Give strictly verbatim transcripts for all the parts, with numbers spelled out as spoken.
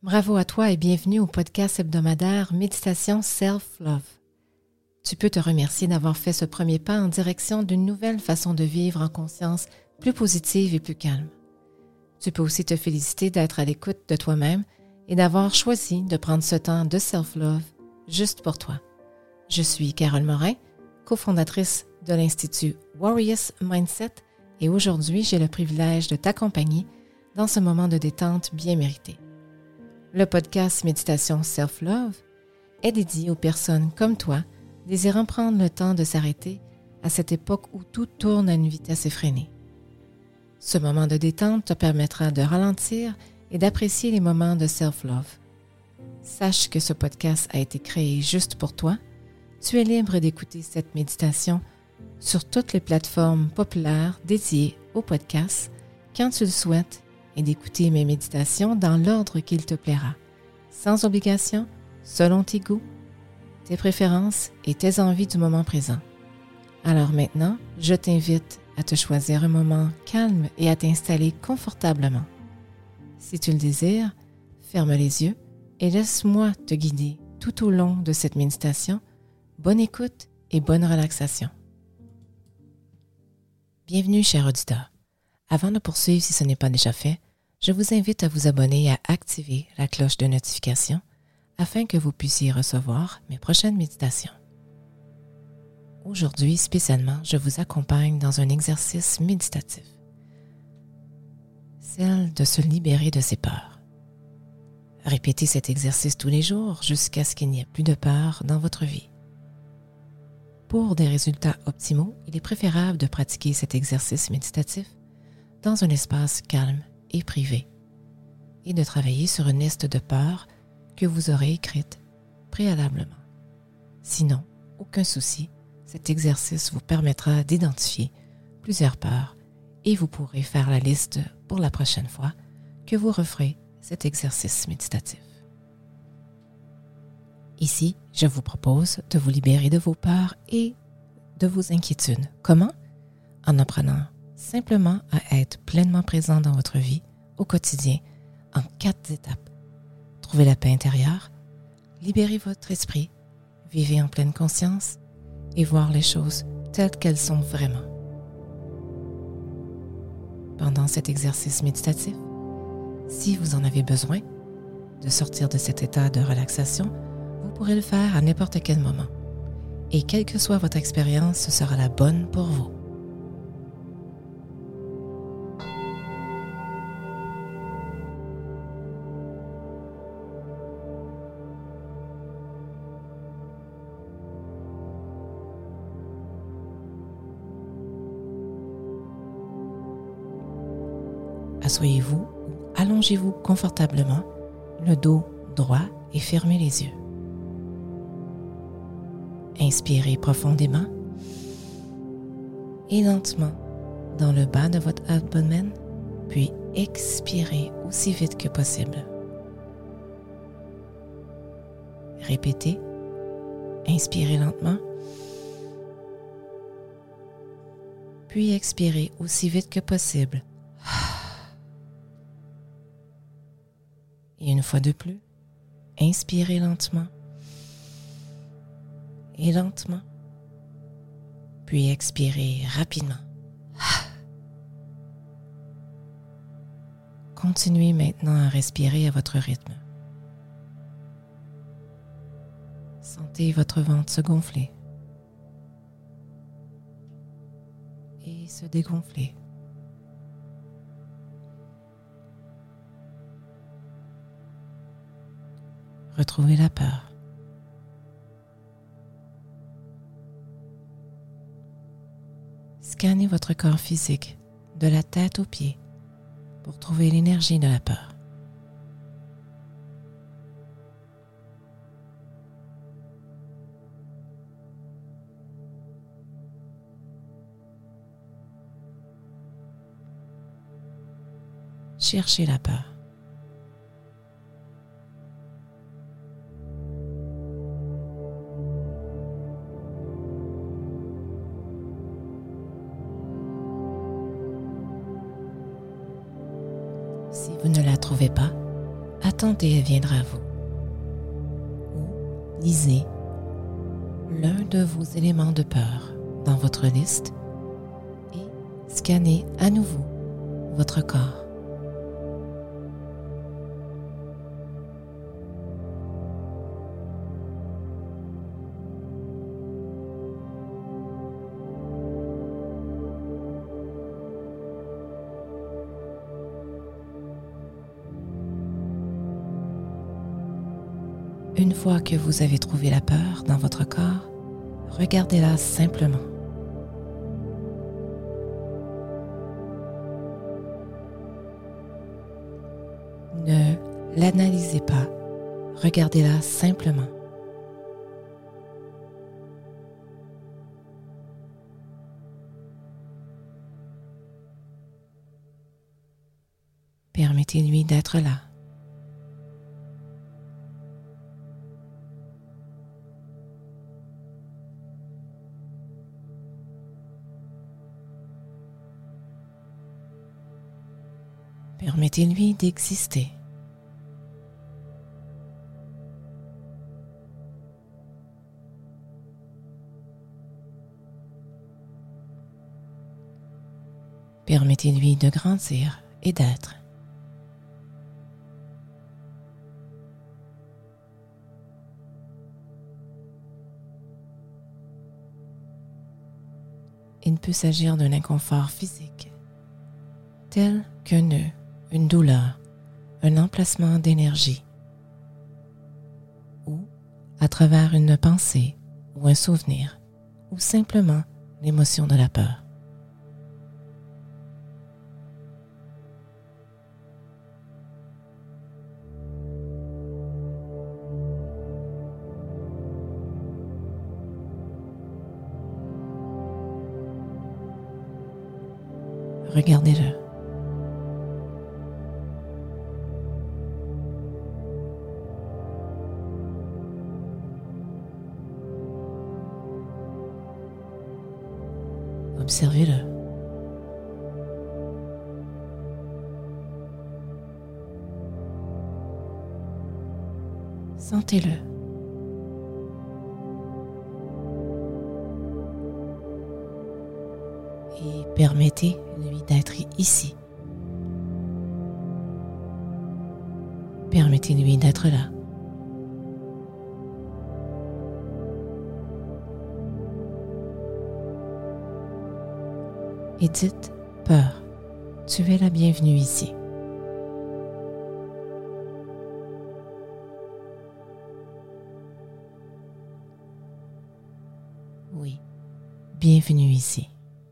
Bravo à toi et bienvenue au podcast hebdomadaire Méditation Self-Love. Tu peux te remercier d'avoir fait ce premier pas en direction d'une nouvelle façon de vivre en conscience plus positive et plus calme. Tu peux aussi te féliciter d'être à l'écoute de toi-même et d'avoir choisi de prendre ce temps de self-love juste pour toi. Je suis Carole Morin, cofondatrice de l'Institut Warriors Mindset et aujourd'hui, j'ai le privilège de t'accompagner dans ce moment de détente bien mérité. Le podcast Méditation Self-Love est dédié aux personnes comme toi désirant prendre le temps de s'arrêter à cette époque où tout tourne à une vitesse effrénée. Ce moment de détente te permettra de ralentir et d'apprécier les moments de self-love. Sache que ce podcast a été créé juste pour toi. Tu es libre d'écouter cette méditation sur toutes les plateformes populaires dédiées au podcast quand tu le souhaites et d'écouter mes méditations dans l'ordre qu'il te plaira, sans obligation, selon tes goûts, tes préférences et tes envies du moment présent. Alors maintenant, je t'invite à te choisir un moment calme et à t'installer confortablement. Si tu le désires, ferme les yeux et laisse-moi te guider tout au long de cette méditation. Bonne écoute et bonne relaxation. Bienvenue, cher auditeur. Avant de poursuivre, si ce n'est pas déjà fait, je vous invite à vous abonner et à activer la cloche de notification afin que vous puissiez recevoir mes prochaines méditations. Aujourd'hui, spécialement, je vous accompagne dans un exercice méditatif, celle de se libérer de ses peurs. Répétez cet exercice tous les jours jusqu'à ce qu'il n'y ait plus de peur dans votre vie. Pour des résultats optimaux, il est préférable de pratiquer cet exercice méditatif dans un espace calme et privé et de travailler sur une liste de peurs que vous aurez écrite préalablement. Sinon, aucun souci, cet exercice vous permettra d'identifier plusieurs peurs et vous pourrez faire la liste pour la prochaine fois que vous referez cet exercice méditatif. Ici, je vous propose de vous libérer de vos peurs et de vos inquiétudes. Comment? En apprenant simplement à être pleinement présent dans votre vie au quotidien en quatre étapes. Trouvez la paix intérieure, libérez votre esprit, vivez en pleine conscience et voir les choses telles qu'elles sont vraiment. Pendant cet exercice méditatif, si vous en avez besoin de sortir de cet état de relaxation, vous pourrez le faire à n'importe quel moment. Et quelle que soit votre expérience, ce sera la bonne pour vous. Asseyez-vous ou allongez-vous confortablement, le dos droit et fermez les yeux. Inspirez profondément et lentement dans le bas de votre abdomen, puis expirez aussi vite que possible. Répétez, inspirez lentement, puis expirez aussi vite que possible. Et une fois de plus, inspirez lentement et lentement, puis expirez rapidement. Continuez maintenant à respirer à votre rythme. Sentez votre ventre se gonfler et se dégonfler. Retrouvez la peur. Scannez votre corps physique de la tête aux pieds pour trouver l'énergie de la peur. Cherchez la peur. Si vous ne la trouvez pas, attendez, elle viendra à vous. Ou lisez l'un de vos éléments de peur dans votre liste et scannez à nouveau votre corps. Une fois que vous avez trouvé la peur dans votre corps, regardez-la simplement. Ne l'analysez pas, regardez-la simplement. Permettez-lui d'être là. Permettez-lui d'exister. Permettez-lui de grandir et d'être. Il peut s'agir d'un inconfort physique, tel qu'un nœud, une douleur, un emplacement d'énergie, ou à travers une pensée ou un souvenir, ou simplement l'émotion de la peur. Regardez-le. Observez-le. Sentez-le. Et permettez-lui d'être ici. Permettez-lui d'être là. Et dites « Peur, tu es la bienvenue ici ». Oui, bienvenue ici.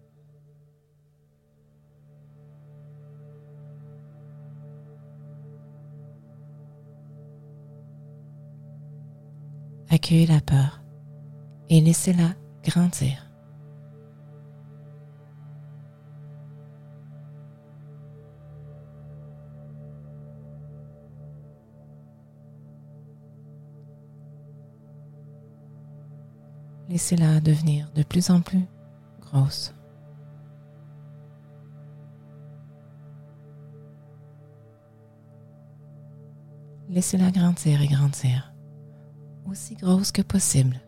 Accueillez la peur et laissez-la grandir. Laissez-la devenir de plus en plus grosse. Laissez-la grandir et grandir, aussi grosse que possible.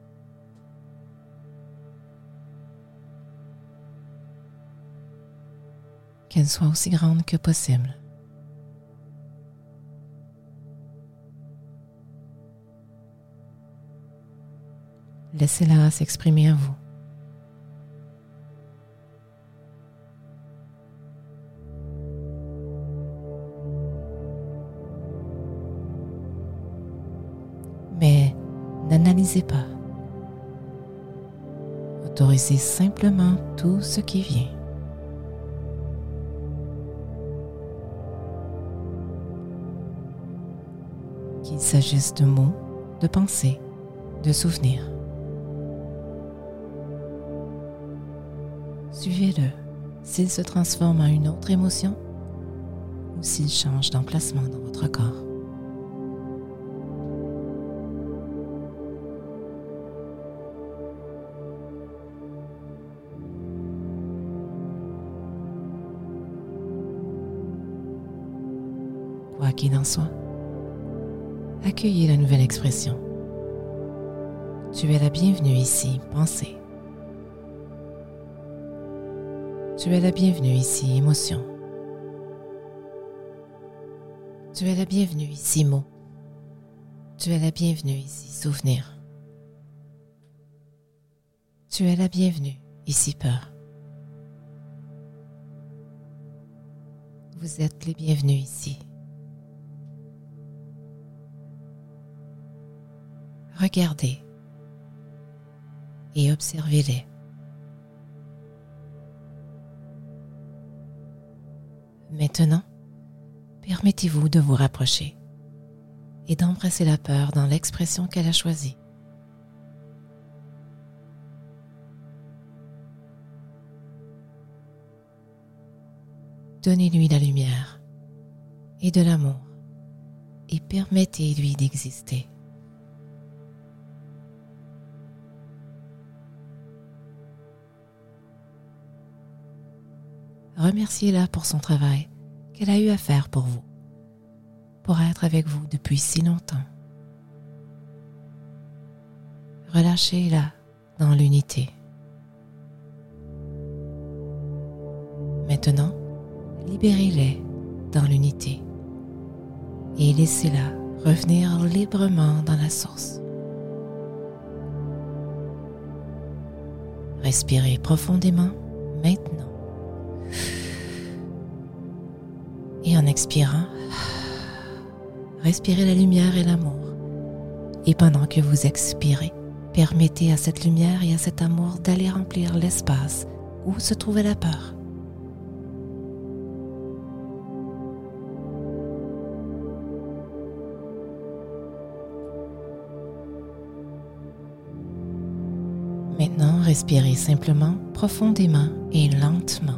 Qu'elle soit aussi grande que possible. Laissez-la s'exprimer à vous. Mais n'analysez pas. Autorisez simplement tout ce qui vient. Qu'il s'agisse de mots, de pensées, de souvenirs. Suivez-le s'il se transforme en une autre émotion ou s'il change d'emplacement dans votre corps. Quoi qu'il en soit, accueillez la nouvelle expression. Tu es la bienvenue ici, pensée. Tu es la bienvenue ici, émotion. Tu es la bienvenue ici, mot. Tu es la bienvenue ici, souvenir. Tu es la bienvenue ici, peur. Vous êtes les bienvenus ici. Regardez et observez-les. Maintenant, permettez-vous de vous rapprocher et d'embrasser la peur dans l'expression qu'elle a choisie. Donnez-lui la lumière et de l'amour et permettez-lui d'exister. Remerciez-la pour son travail qu'elle a eu à faire pour vous, pour être avec vous depuis si longtemps. Relâchez-la dans l'unité. Maintenant, libérez-les dans l'unité et laissez-la revenir librement dans la source. Respirez profondément maintenant. Et en expirant, respirez la lumière et l'amour. Et pendant que vous expirez, permettez à cette lumière et à cet amour d'aller remplir l'espace où se trouvait la peur. Maintenant, respirez simplement, profondément et lentement.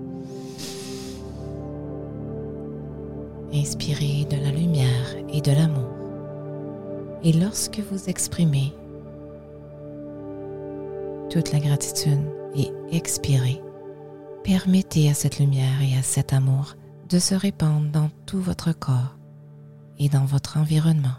Inspirez de la lumière et de l'amour. Et lorsque vous exprimez toute la gratitude et expirez, permettez à cette lumière et à cet amour de se répandre dans tout votre corps et dans votre environnement.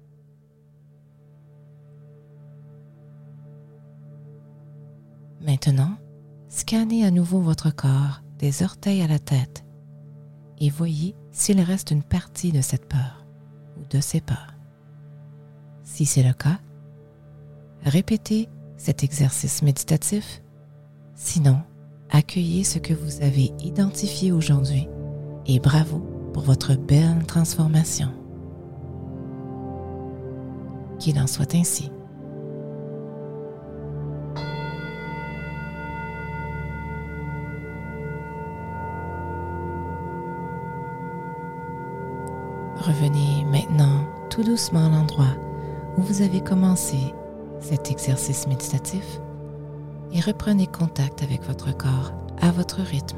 Maintenant, scannez à nouveau votre corps des orteils à la tête et voyez s'il reste une partie de cette peur ou de ces peurs. Si c'est le cas, répétez cet exercice méditatif. Sinon, accueillez ce que vous avez identifié aujourd'hui et bravo pour votre belle transformation. Qu'il en soit ainsi. Revenez maintenant tout doucement à l'endroit où vous avez commencé cet exercice méditatif et reprenez contact avec votre corps à votre rythme.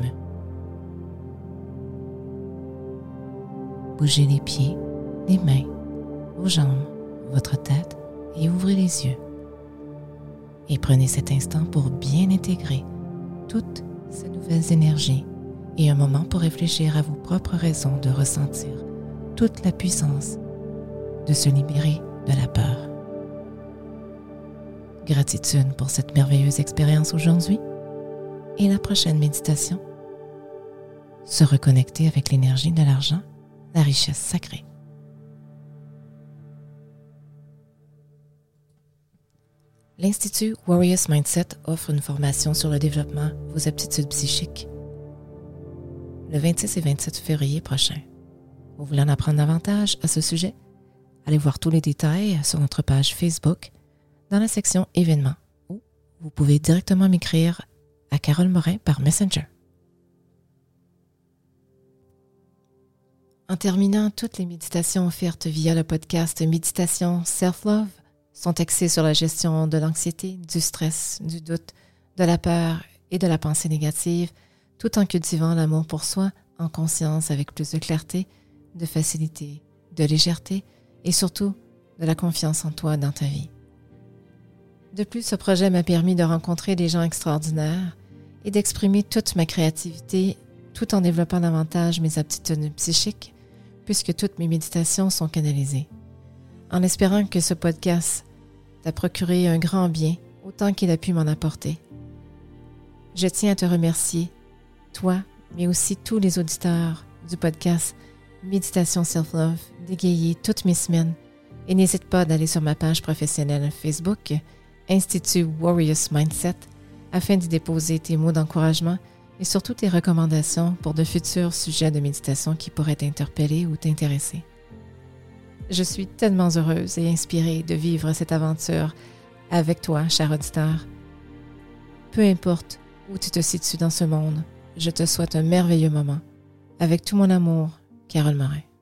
Bougez les pieds, les mains, vos jambes, votre tête et ouvrez les yeux. Et prenez cet instant pour bien intégrer toutes ces nouvelles énergies et un moment pour réfléchir à vos propres raisons de ressentir toute la puissance de se libérer de la peur. Gratitude pour cette merveilleuse expérience aujourd'hui et la prochaine méditation. Se reconnecter avec l'énergie de l'argent, la richesse sacrée. L'Institut Warriors Mindset offre une formation sur le développement de vos aptitudes psychiques le vingt-six et vingt-sept février prochain. Vous voulez en apprendre davantage à ce sujet? Allez voir tous les détails sur notre page Facebook dans la section événements ou vous pouvez directement m'écrire à Carole Morin par Messenger. En terminant, toutes les méditations offertes via le podcast Méditation Self-Love sont axées sur la gestion de l'anxiété, du stress, du doute, de la peur et de la pensée négative, tout en cultivant l'amour pour soi en conscience avec plus de clarté, de facilité, de légèreté et surtout de la confiance en toi dans ta vie. De plus, ce projet m'a permis de rencontrer des gens extraordinaires et d'exprimer toute ma créativité tout en développant davantage mes aptitudes psychiques puisque toutes mes méditations sont canalisées. en espérant que ce podcast t'a procuré un grand bien, autant qu'il a pu m'en apporter. Je tiens à te remercier, toi, mais aussi tous les auditeurs du podcast Méditation Self-Love, d'égayer toutes mes semaines. Et n'hésite pas d'aller sur ma page professionnelle Facebook, Institut Warriors Mindset, afin d'y déposer tes mots d'encouragement et surtout tes recommandations pour de futurs sujets de méditation qui pourraient t'interpeller ou t'intéresser. Je suis tellement heureuse et inspirée de vivre cette aventure avec toi, cher auditeur. Peu importe où tu te situes dans ce monde, je te souhaite un merveilleux moment. Avec tout mon amour, Carole Morin.